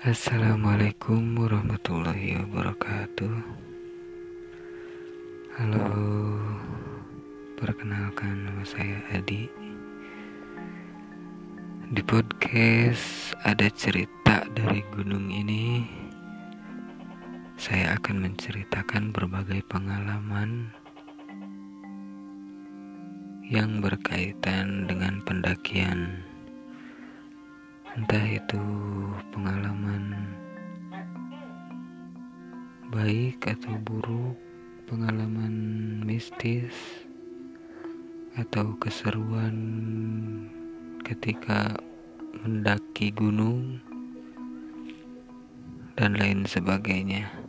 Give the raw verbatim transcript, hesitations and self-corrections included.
Assalamualaikum warahmatullahi wabarakatuh. Halo, perkenalkan nama saya Adi. Di podcast Ada Cerita dari Gunung ini, saya akan menceritakan berbagai pengalaman yang berkaitan dengan pendakian. Entah itu pengalaman baik atau buruk, pengalaman mistis atau keseruan ketika mendaki gunung dan lain sebagainya.